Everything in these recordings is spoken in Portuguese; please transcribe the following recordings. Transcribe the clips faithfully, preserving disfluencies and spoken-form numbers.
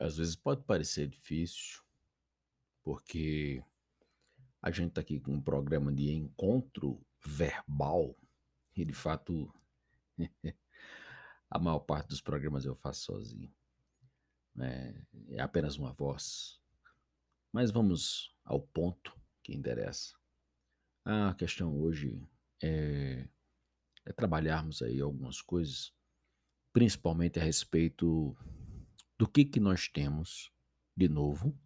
Às vezes pode parecer difícil, porque a gente está aqui com um programa de encontro verbal e, de fato, a maior parte dos programas eu faço sozinho, né? É apenas uma voz. Mas vamos ao ponto que interessa. A questão hoje é, é trabalharmos aí algumas coisas, principalmente a respeito do que que nós temos de novo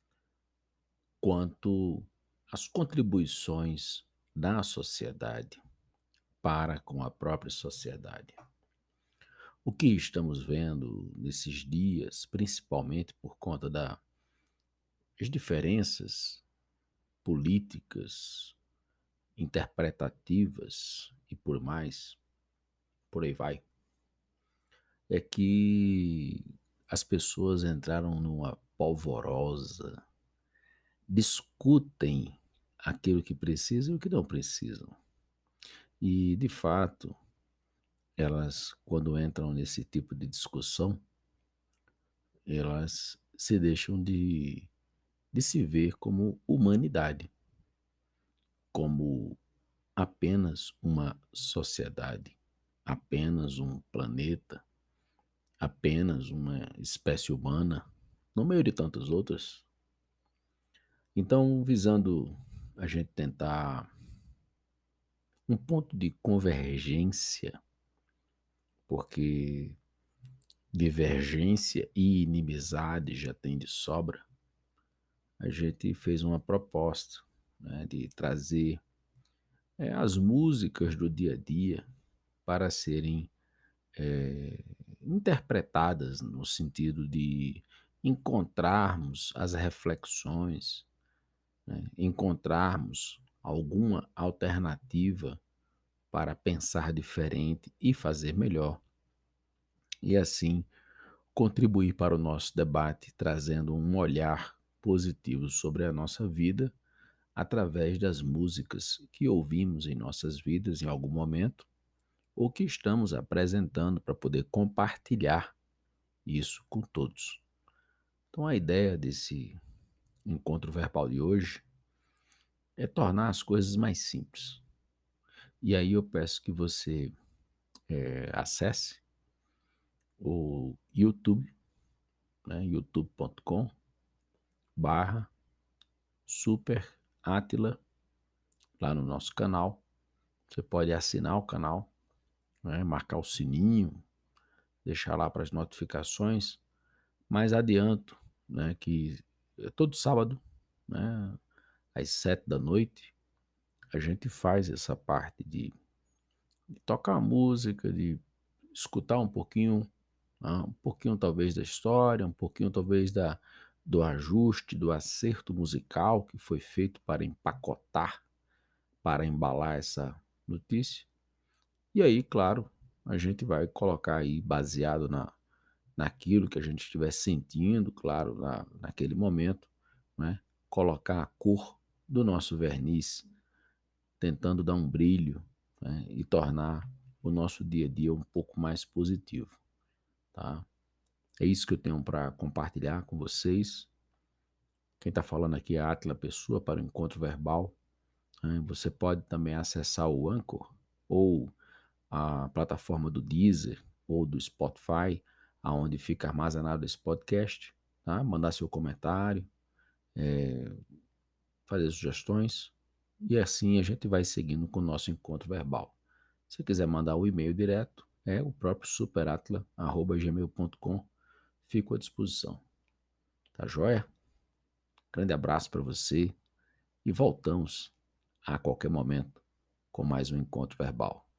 quanto às contribuições da sociedade para com a própria sociedade. O que estamos vendo nesses dias, principalmente por conta das diferenças políticas, interpretativas e por mais, por aí vai, é que as pessoas entraram numa polvorosa, discutem aquilo que precisam e o que não precisam. E, de fato, elas, quando entram nesse tipo de discussão, elas se deixam de, de se ver como humanidade, como apenas uma sociedade, apenas um planeta, apenas uma espécie humana, no meio de tantas outras. Então, visando a gente tentar um ponto de convergência, porque divergência e inimizade já tem de sobra, a gente fez uma proposta, né, de trazer é, as músicas do dia a dia para serem é, interpretadas no sentido de encontrarmos as reflexões, né, encontrarmos alguma alternativa para pensar diferente e fazer melhor, e assim contribuir para o nosso debate, trazendo um olhar positivo sobre a nossa vida através das músicas que ouvimos em nossas vidas em algum momento ou que estamos apresentando para poder compartilhar isso com todos. Então, a ideia desse encontro verbal de hoje é tornar as coisas mais simples. E aí eu peço que você eh, acesse o YouTube, né, youtube ponto com barra Super Átila, lá no nosso canal. Você pode assinar o canal, né, marcar o sininho, deixar lá para as notificações. Mas adianto, né, que todo sábado, né, às sete da noite, a gente faz essa parte de, de tocar música, de escutar um pouquinho, ah, um pouquinho talvez da história, um pouquinho talvez da, do ajuste, do acerto musical que foi feito para empacotar, para embalar essa notícia. E aí, claro, a gente vai colocar aí baseado na, naquilo que a gente estiver sentindo, claro, na, naquele momento, né? Colocar a cor do nosso verniz, tentando dar um brilho, né, e tornar o nosso dia a dia um pouco mais positivo, tá? É isso que eu tenho para compartilhar com vocês. Quem está falando aqui é a Átila Pessoa para o Encontro Verbal, né? Você pode também acessar o Anchor ou a plataforma do Deezer ou do Spotify, aonde fica armazenado esse podcast, tá? Mandar seu comentário, é, fazer sugestões e assim a gente vai seguindo com o nosso encontro verbal. Se quiser mandar o e-mail direto, é o próprio superatla arroba gmail ponto com. Fico à disposição. Tá joia? Grande abraço para você e voltamos a qualquer momento com mais um encontro verbal.